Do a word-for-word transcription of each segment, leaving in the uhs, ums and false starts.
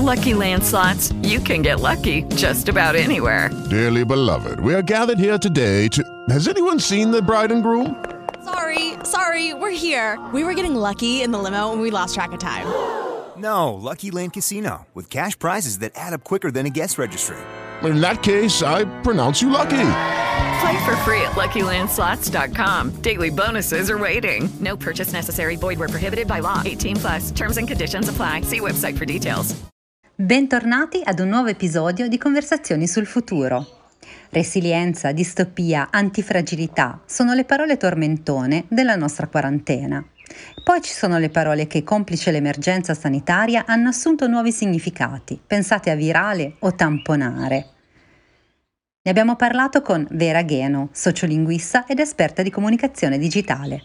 Lucky Land Slots, you can get lucky just about anywhere. Dearly beloved, we are gathered here today to... Has anyone seen the bride and groom? Sorry, sorry, we're here. We were getting lucky in the limo and we lost track of time. No, Lucky Land Casino, with cash prizes that add up quicker than a guest registry. In that case, I pronounce you lucky. Play for free at Lucky Land Slots dot com. Daily bonuses are waiting. No purchase necessary. Void where prohibited by law. eighteen plus. Terms and conditions apply. See website for details. Bentornati ad un nuovo episodio di Conversazioni sul futuro. Resilienza, distopia, antifragilità sono le parole tormentone della nostra quarantena. Poi ci sono le parole che, complice l'emergenza sanitaria, hanno assunto nuovi significati. Pensate a virale o tamponare. Ne abbiamo parlato con Vera Gheno, sociolinguista ed esperta di comunicazione digitale.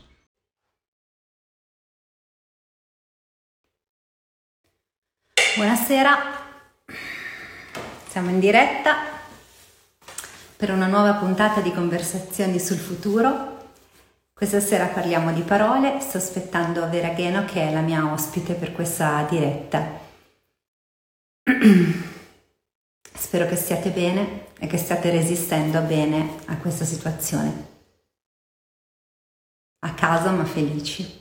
Buonasera, siamo in diretta per una nuova puntata di Conversazioni sul futuro. Questa sera parliamo di parole, sto aspettando Vera Gheno che è la mia ospite per questa diretta. Spero che stiate bene e che stiate resistendo bene a questa situazione. A casa ma felici.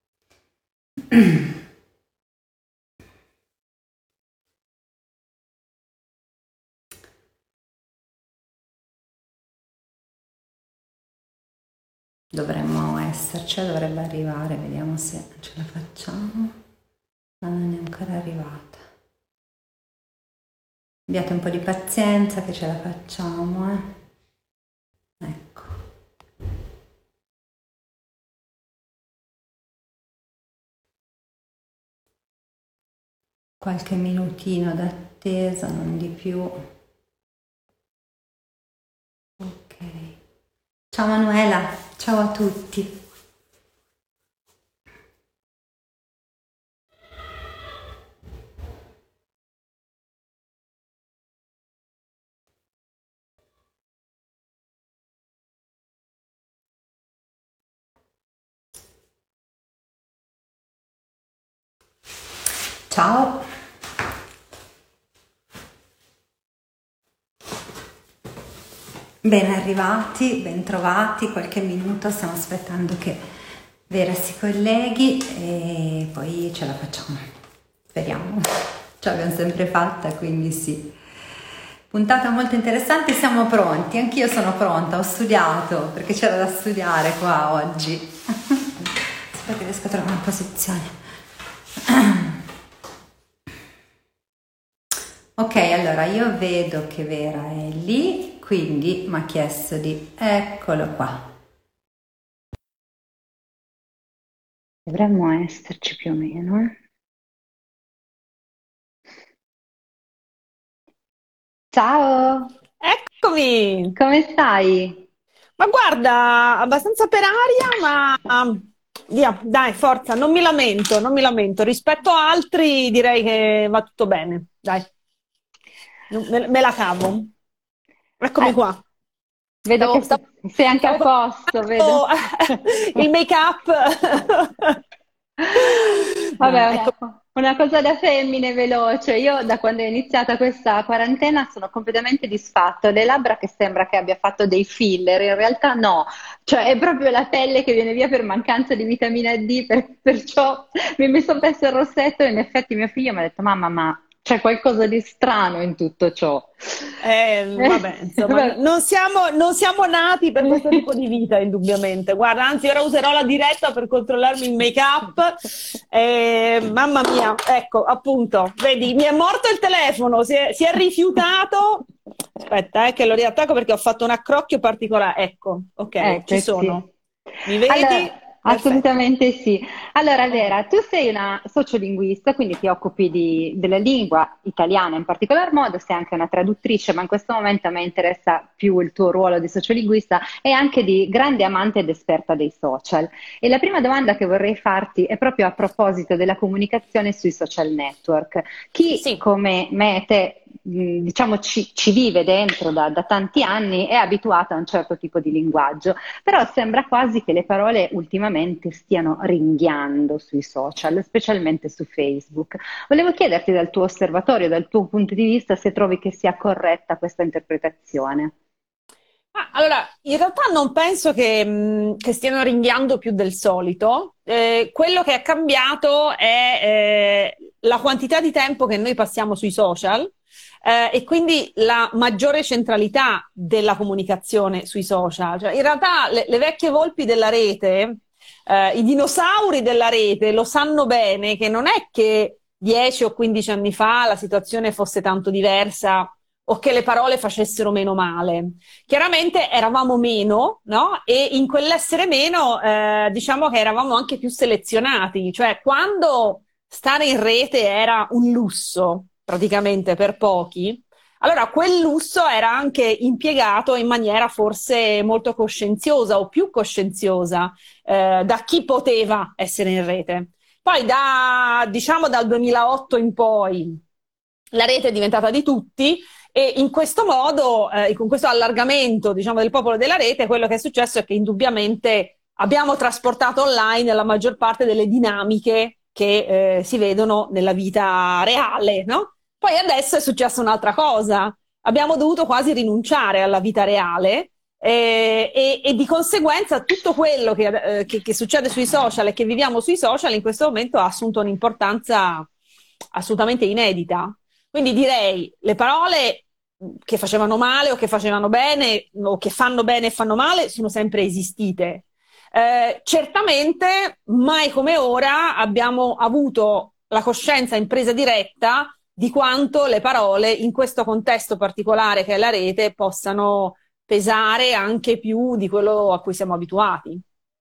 Dovremmo esserci, dovrebbe arrivare, vediamo se ce la facciamo. Ma non è ancora arrivata. Abbiate un po' di pazienza che ce la facciamo, eh. Ecco. Qualche minutino d'attesa, non di più. Ok. Ciao Manuela, ciao a tutti. Ciao. Ben arrivati, ben trovati, qualche minuto, stiamo aspettando che Vera si colleghi e poi ce la facciamo, speriamo, ce l'abbiamo sempre fatta, quindi sì. Puntata molto interessante, siamo pronti, anch'io sono pronta, ho studiato perché c'era da studiare qua oggi. Aspetta che riesco a trovare una posizione. Ok, allora io vedo che Vera è lì, quindi mi ha chiesto di... Eccolo qua. Dovremmo esserci più o meno, eh. Ciao, Eccomi! come stai? Ma guarda, abbastanza per aria, ma via, dai, forza, non mi lamento, non mi lamento. Rispetto a altri direi che va tutto bene, dai, me, me la cavo. Eccomi Eh, qua. vedo Stavo, che stavo, sei anche a stavo posto, vedo. facendo il make-up. No, Vabbè, ecco. una, una cosa da femmine veloce. Io da quando è iniziata questa quarantena sono completamente disfatta. Ho le labbra che sembra che abbia fatto dei filler, in realtà no. Cioè è proprio la pelle che viene via per mancanza di vitamina D, per- perciò mi, mi sono messo il rossetto e in effetti mio figlio mi ha detto, mamma, ma c'è qualcosa di strano in tutto ciò. Eh, vabbè, insomma, non siamo, non siamo nati per questo tipo di vita, indubbiamente. Guarda, anzi, ora userò la diretta per controllarmi il make-up. Eh, mamma mia, ecco, appunto, vedi, mi è morto il telefono, si è, si è rifiutato. Aspetta, eh, che lo riattacco perché ho fatto un accrocchio particolare. Ecco, ok, ci sono. Mi vedi? Allora, Perfetto. assolutamente sì. Allora, Vera, tu sei una sociolinguista, quindi ti occupi di- della lingua italiana in particolar modo, sei anche una traduttrice, ma in questo momento a me interessa più il tuo ruolo di sociolinguista e anche di grande amante ed esperta dei social. E la prima domanda che vorrei farti è proprio a proposito della comunicazione sui social network. Chi Sì. come me e te mh, diciamo ci, ci vive dentro da, da tanti anni è abituata a un certo tipo di linguaggio, però sembra quasi che le parole ultimamente stiano ringhiando sui social, specialmente su Facebook. Volevo chiederti dal tuo osservatorio, dal tuo punto di vista, se trovi che sia corretta questa interpretazione. Ah, allora, in realtà non penso che, mh, che stiano ringhiando più del solito. Eh, quello che è cambiato è eh, la quantità di tempo che noi passiamo sui social, eh, e quindi la maggiore centralità della comunicazione sui social. Cioè, in realtà le, le vecchie volpi della rete, eh, i dinosauri della rete lo sanno bene che non è che dieci o quindici anni fa la situazione fosse tanto diversa o che le parole facessero meno male. Chiaramente eravamo meno, no? E in quell'essere meno, eh, diciamo che eravamo anche più selezionati. Cioè, quando stare in rete era un lusso, praticamente per pochi, allora quel lusso era anche impiegato in maniera forse molto coscienziosa o più coscienziosa, eh, da chi poteva essere in rete. Poi da, diciamo, dal duemilaotto in poi la rete è diventata di tutti, e in questo modo, eh, con questo allargamento, diciamo, del popolo della rete, quello che è successo è che indubbiamente abbiamo trasportato online la maggior parte delle dinamiche che eh, si vedono nella vita reale, no? Poi adesso è successa un'altra cosa. Abbiamo dovuto quasi rinunciare alla vita reale, eh, e, e di conseguenza tutto quello che, eh, che, che succede sui social e che viviamo sui social in questo momento ha assunto un'importanza assolutamente inedita. Quindi direi, le parole che facevano male o che facevano bene o che fanno bene e fanno male sono sempre esistite. Eh, certamente mai come ora abbiamo avuto la coscienza in presa diretta di quanto le parole in questo contesto particolare che è la rete possano pesare anche più di quello a cui siamo abituati.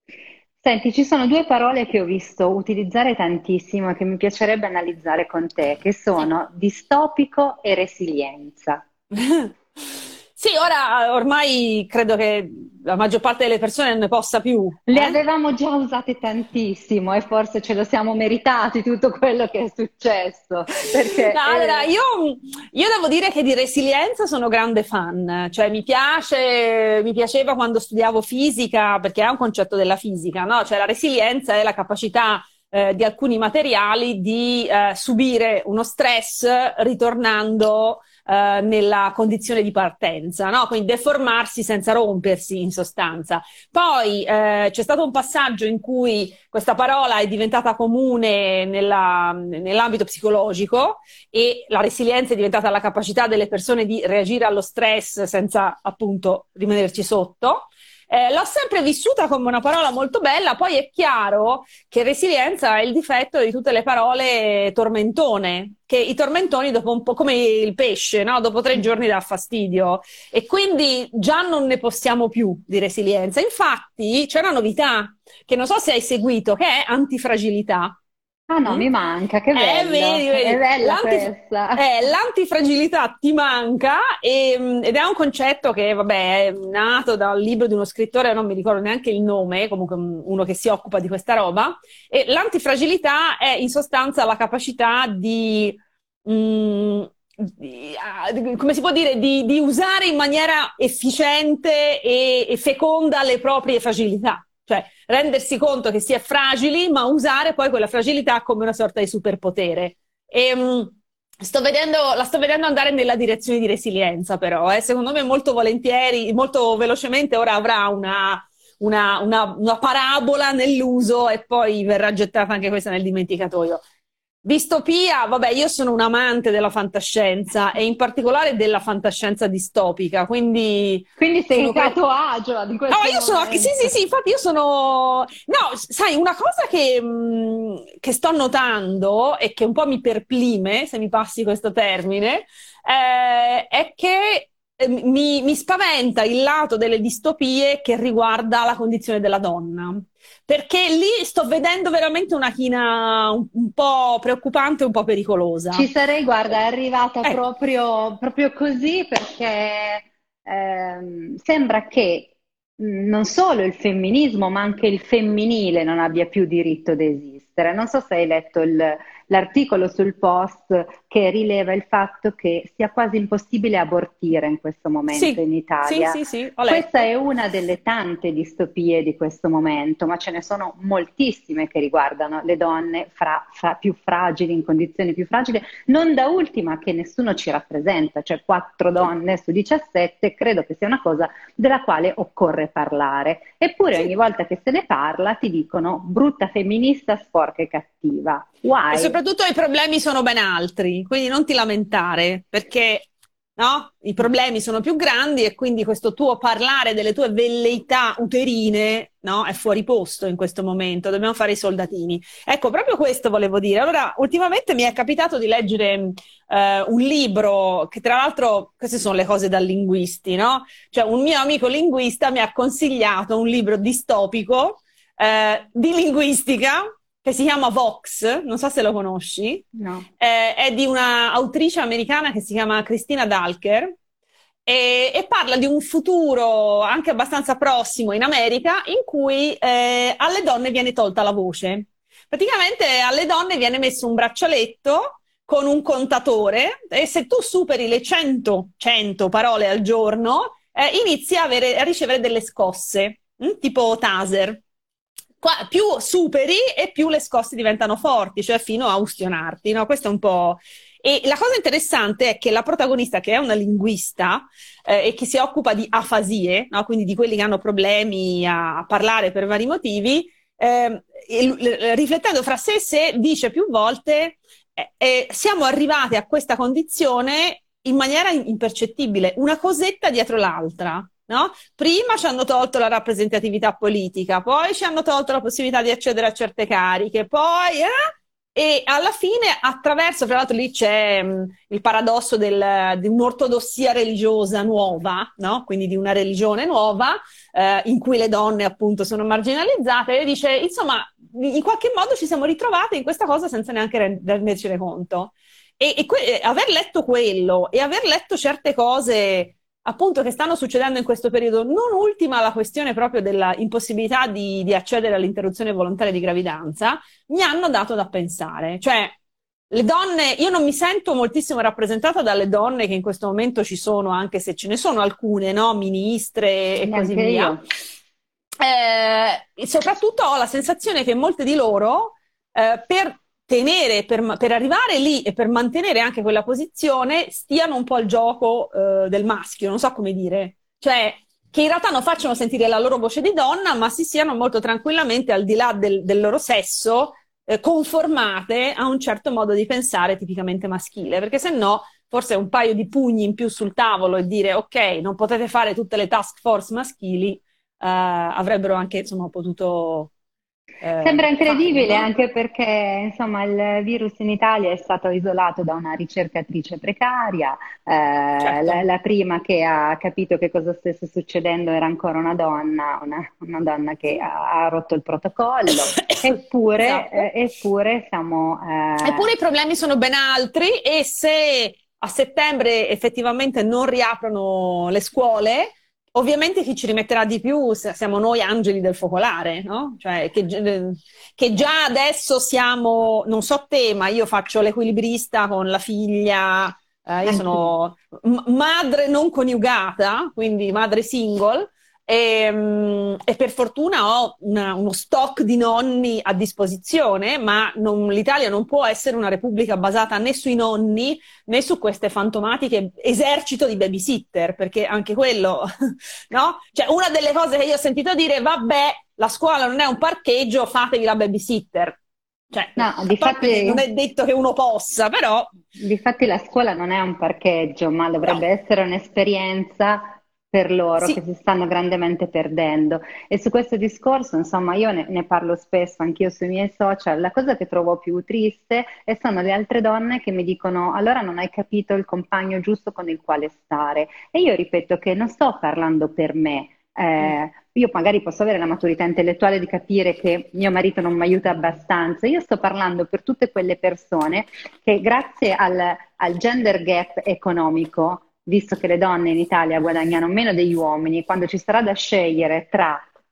Senti, ci sono due parole che ho visto utilizzare tantissimo e che mi piacerebbe analizzare con te, che sono distopico e resilienza. Sì, ora ormai credo che la maggior parte delle persone non ne possa più. Le eh? avevamo già usate tantissimo e forse ce lo siamo meritati tutto quello che è successo. Perché, No, eh, allora, io, io devo dire che di resilienza sono grande fan, cioè mi piace, mi piaceva quando studiavo fisica, perché è un concetto della fisica, no? Cioè la resilienza è la capacità eh, di alcuni materiali di eh, subire uno stress ritornando eh, nella condizione di partenza, no? Quindi deformarsi senza rompersi, in sostanza. Poi eh, c'è stato un passaggio in cui questa parola è diventata comune nella, nell'ambito psicologico, e la resilienza è diventata la capacità delle persone di reagire allo stress senza appunto rimanerci sotto. Eh, l'ho sempre vissuta come una parola molto bella. Poi è chiaro che resilienza è il difetto di tutte le parole tormentone, che i tormentoni dopo un po' come il pesce, no? Dopo tre giorni dà fastidio, e quindi già non ne possiamo più di resilienza. Infatti c'è una novità che non so se hai seguito, che è antifragilità. Ah no, Mm? mi manca, che Eh, bello, vedi, vedi. è bella L'anti- questa. eh, l'antifragilità ti manca, e, mm, ed è un concetto che, vabbè, è nato da un libro di uno scrittore, non mi ricordo neanche il nome, comunque mm, uno che si occupa di questa roba. E l'antifragilità è in sostanza la capacità di, mm, di- ah, di- come si può dire, di, di usare in maniera efficiente e, e feconda le proprie fragilità. Cioè, rendersi conto che si è fragili, ma usare poi quella fragilità come una sorta di superpotere. E, mh, sto vedendo, la sto vedendo andare nella direzione di resilienza, però, eh. Secondo me molto volentieri, molto velocemente ora avrà una, una, una, una parabola nell'uso e poi verrà gettata anche questa nel dimenticatoio. Distopia, vabbè, io sono un amante della fantascienza e in particolare della fantascienza distopica, quindi... Quindi sei sono in que- tuo agio in questo No, io sono, momento. sì, sì, sì, infatti io sono, no, sai, una cosa che, mh, che sto notando e che un po' mi perplime, se mi passi questo termine, eh, è che eh, mi, mi spaventa il lato delle distopie che riguarda la condizione della donna. Perché lì sto vedendo veramente una china un, un po' preoccupante, un po' pericolosa. Ci sarei, guarda, è arrivata Eh, proprio, proprio così perché ehm, sembra che mh, non solo il femminismo, ma anche il femminile non abbia più diritto di esistere. Non so se hai letto il, l'articolo sul Post che rileva il fatto che sia quasi impossibile abortire in questo momento Sì, in Italia. sì, sì, sì, ho Questa letto. è una delle tante distopie di questo momento, ma ce ne sono moltissime che riguardano le donne fra, fra- più fragili, in condizioni più fragili, non da ultima che nessuno ci rappresenta, cioè quattro donne su diciassette, credo che sia una cosa della quale occorre parlare. Eppure ogni Sì. volta che se ne parla ti dicono brutta femminista, sporca e cattiva. E Why? soprattutto i problemi sono ben altri, quindi non ti lamentare, perché no? I problemi sono più grandi e quindi questo tuo parlare delle tue velleità uterine, no? È fuori posto in questo momento, dobbiamo fare i soldatini. Ecco, proprio questo volevo dire. Allora, ultimamente mi è capitato di leggere eh, un libro che tra l'altro, queste sono le cose da linguisti, no? Cioè un mio amico linguista mi ha consigliato un libro distopico eh, di linguistica che si chiama Vox, non so se lo conosci, No. eh, è di una autrice americana che si chiama Christina Dalker e, e parla di un futuro anche abbastanza prossimo in America in cui eh, alle donne viene tolta la voce. Praticamente alle donne viene messo un braccialetto con un contatore e se tu superi le cento, cento parole al giorno eh, inizi a, avere, a ricevere delle scosse, hm? Tipo taser. Qua, più superi e più le scosse diventano forti, cioè fino a ustionarti, no? Questo è un po'... E la cosa interessante è che la protagonista, che è una linguista eh, e che si occupa di afasie, no? Quindi di quelli che hanno problemi a, a parlare per vari motivi, eh, e, riflettendo fra sé e sé, dice più volte eh, eh, siamo arrivati a questa condizione in maniera impercettibile, una cosetta dietro l'altra. No? Prima ci hanno tolto la rappresentatività politica, poi ci hanno tolto la possibilità di accedere a certe cariche, poi eh? E alla fine attraverso, tra l'altro lì c'è mh, il paradosso del, di un'ortodossia religiosa nuova, no? Quindi di una religione nuova eh, in cui le donne appunto sono marginalizzate e dice insomma in qualche modo ci siamo ritrovate in questa cosa senza neanche rendercene conto e, e que- aver letto quello e aver letto certe cose appunto che stanno succedendo in questo periodo, non ultima la questione proprio della impossibilità di, di accedere all'interruzione volontaria di gravidanza, mi hanno dato da pensare. Cioè, le donne, io non mi sento moltissimo rappresentata dalle donne che in questo momento ci sono, anche se ce ne sono alcune, no? Ministre e Neanche così via. io. Eh, e soprattutto ho la sensazione che molte di loro, eh, per tenere, per, per arrivare lì e per mantenere anche quella posizione, stiano un po' al gioco eh, del maschio, non so come dire. Cioè, che in realtà non facciano sentire la loro voce di donna, ma si siano molto tranquillamente, al di là del, del loro sesso, eh, conformate a un certo modo di pensare tipicamente maschile, perché se no forse un paio di pugni in più sul tavolo e dire ok, non potete fare tutte le task force maschili, eh, avrebbero anche insomma potuto eh, Sembra incredibile farlo, no? anche perché insomma il virus in Italia è stato isolato da una ricercatrice precaria, eh, la, Certo, la prima che ha capito che cosa stesse succedendo era ancora una donna, una, una donna che ha, ha rotto il protocollo, eppure, esatto. eh, eppure siamo... Eppure eh, i problemi sono ben altri e se a settembre effettivamente non riaprono le scuole, ovviamente chi ci rimetterà di più siamo noi angeli del focolare, no? Cioè che, che già adesso siamo, non so te, ma io faccio l'equilibrista con la figlia, eh, io anch'io. sono m- madre non coniugata, quindi madre single. E, mm, e per fortuna ho una- uno stock di nonni a disposizione, ma non- l'Italia non può essere una repubblica basata né sui nonni né su queste fantomatiche esercito di babysitter, perché anche quello, no? Cioè, una delle cose che io ho sentito dire, vabbè, la scuola non è un parcheggio, fatevi la babysitter. Cioè, No, a parte che non difatti, è detto che uno possa, però, difatti la scuola non è un parcheggio, ma dovrebbe no, essere un'esperienza per loro che sì, si stanno grandemente perdendo. E su questo discorso, insomma, io ne, ne parlo spesso anch'io sui miei social. La cosa che trovo più triste è sono le altre donne che mi dicono: allora non hai capito il compagno giusto con il quale stare. E io ripeto che non sto parlando per me. mm, Eh, io magari posso avere la maturità intellettuale di capire che mio marito non mi aiuta abbastanza. Io sto parlando per tutte quelle persone che grazie al, al gender gap economico, visto che le donne in Italia guadagnano meno degli uomini, quando ci sarà da scegliere tra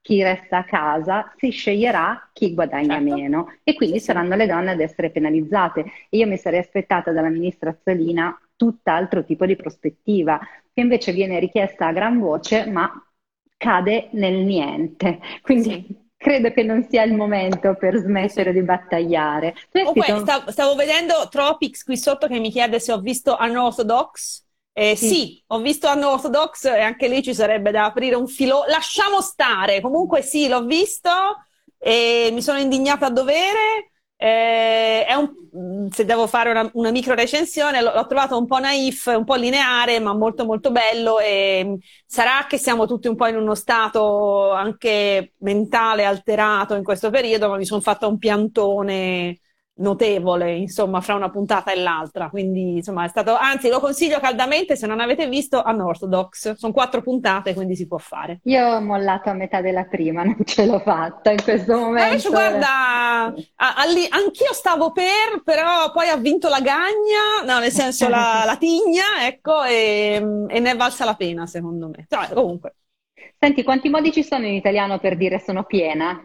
chi resta a casa si sceglierà chi guadagna Certo. meno e quindi Sì, sì. saranno le donne ad essere penalizzate. E io mi sarei aspettata dalla ministra Azzolina tutt'altro tipo di prospettiva, che invece viene richiesta a gran voce, ma cade nel niente. Quindi Sì. credo che non sia il momento per smettere Sì. di battagliare. Tu hai Comunque, scritto- stavo, stavo vedendo Tropics qui sotto che mi chiede se ho visto Unorthodox. Eh, Sì. sì, ho visto Unorthodox e anche lì ci sarebbe da aprire un filo. Lasciamo stare. Comunque sì, l'ho visto e mi sono indignata a dovere. Eh, è un, se devo fare una, una micro recensione, l'ho, l'ho trovato un po' naif, un po' lineare, ma molto molto bello. E sarà che siamo tutti un po' in uno stato anche mentale alterato in questo periodo, ma mi sono fatta un piantone notevole, insomma, fra una puntata e l'altra. Quindi, insomma, è stato, anzi, lo consiglio caldamente se non avete visto Unorthodox. Sono quattro puntate, quindi si può fare. Io ho mollato a metà della prima, non ce l'ho fatta in questo Ma momento. invece, guarda, a- alli- anch'io stavo per, però poi ha vinto la gagna, no, nel senso la, la tigna, ecco, e, e ne è valsa la pena, secondo me. Cioè, comunque. Senti, quanti modi ci sono in italiano per dire sono piena?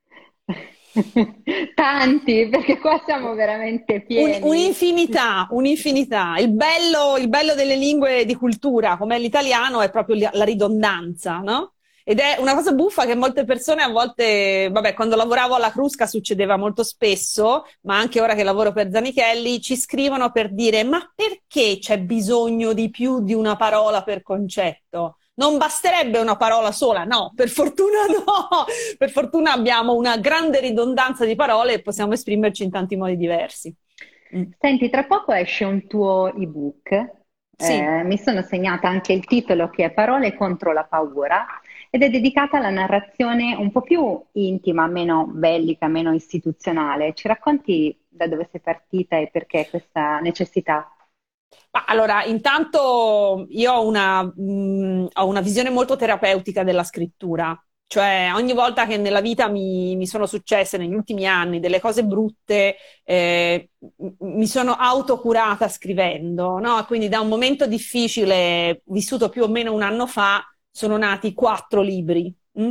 Tanti, perché qua siamo veramente pieni. Un- un'infinità, un'infinità. Il bello, il bello delle lingue di cultura, come l'italiano, è proprio la, la ridondanza, no? Ed è una cosa buffa che molte persone a volte, vabbè, quando lavoravo alla Crusca succedeva molto spesso, ma anche ora che lavoro per Zanichelli, ci scrivono per dire: ma perché c'è bisogno di più di una parola per concetto? Non basterebbe una parola sola? No, per fortuna no, per fortuna abbiamo una grande ridondanza di parole e possiamo esprimerci in tanti modi diversi. Mm. Senti, tra poco esce un tuo ebook. Sì. Eh, mi sono segnata anche il titolo, che è Parole contro la paura, ed è dedicata alla narrazione un po' più intima, meno bellica, meno istituzionale. Ci racconti da dove sei partita e perché questa necessità? Ma allora, intanto io ho una, mh, ho una visione molto terapeutica della scrittura, cioè ogni volta che nella vita mi, mi sono successe negli ultimi anni delle cose brutte, eh, m- mi sono autocurata scrivendo, no? Quindi da un momento difficile, vissuto più o meno un anno fa, sono nati quattro libri. Mm?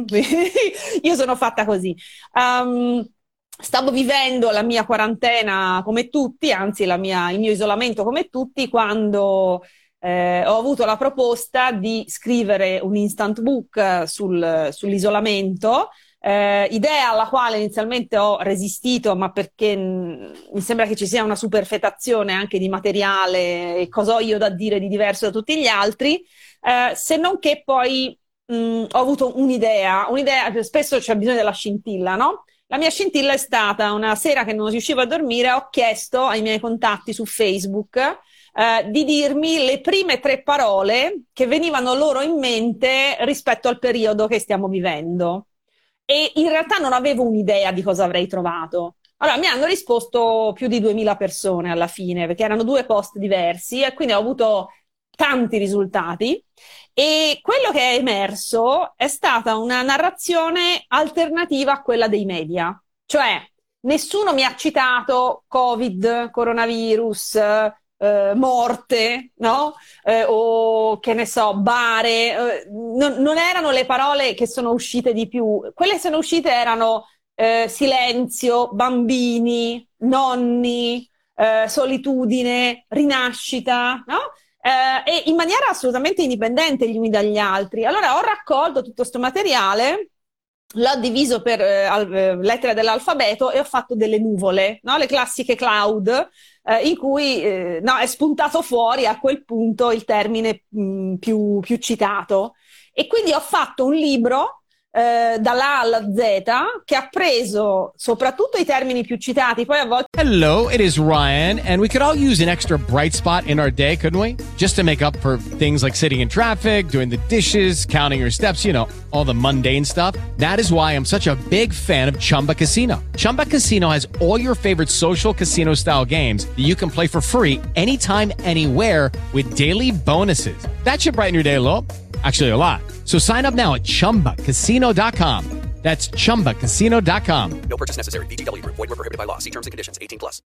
Io sono fatta così. Um, Stavo vivendo la mia quarantena come tutti, anzi la mia, il mio isolamento come tutti, quando eh, ho avuto la proposta di scrivere un instant book sul, sull'isolamento, eh, idea alla quale inizialmente ho resistito, ma perché mh, mi sembra che ci sia una superfetazione anche di materiale e cosa ho io da dire di diverso da tutti gli altri, eh, se non che poi mh, ho avuto un'idea, un'idea, spesso c'è bisogno della scintilla, no? La mia scintilla è stata una sera che non riuscivo a dormire, ho chiesto ai miei contatti su Facebook eh, di dirmi le prime tre parole che venivano loro in mente rispetto al periodo che stiamo vivendo. E in realtà non avevo un'idea di cosa avrei trovato. Allora mi hanno risposto più di duemila persone alla fine, perché erano due post diversi e quindi ho avuto tanti risultati. E quello che è emerso è stata una narrazione alternativa a quella dei media, cioè nessuno mi ha citato Covid, coronavirus, eh, morte, no? Eh, o che ne so, bare, eh, non, non erano le parole che sono uscite di più, quelle che sono uscite erano eh, silenzio, bambini, nonni, eh, solitudine, rinascita, no? Eh, e in maniera assolutamente indipendente gli uni dagli altri. Allora ho raccolto tutto questo materiale, l'ho diviso per eh, al, eh, lettere dell'alfabeto e ho fatto delle nuvole, no? Le classiche cloud, eh, in cui eh, no, è spuntato fuori a quel punto il termine mh, più, più citato. E quindi ho fatto un libro eh, dall'A alla Z che ha preso soprattutto i termini più citati, poi a volte... Hello, it is Ryan, and we could all use an extra bright spot in our day, couldn't we? Just to make up for things like sitting in traffic, doing the dishes, counting your steps, you know, all the mundane stuff. That is why I'm such a big fan of Chumba Casino. Chumba Casino has all your favorite social casino-style games that you can play for free anytime, anywhere with daily bonuses. That should brighten your day a little. Actually, a lot. So sign up now at chumba casino dot com. That's chumba casino dot com. No purchase necessary. V G W Group. Void where prohibited by law. See terms and conditions. eighteen plus.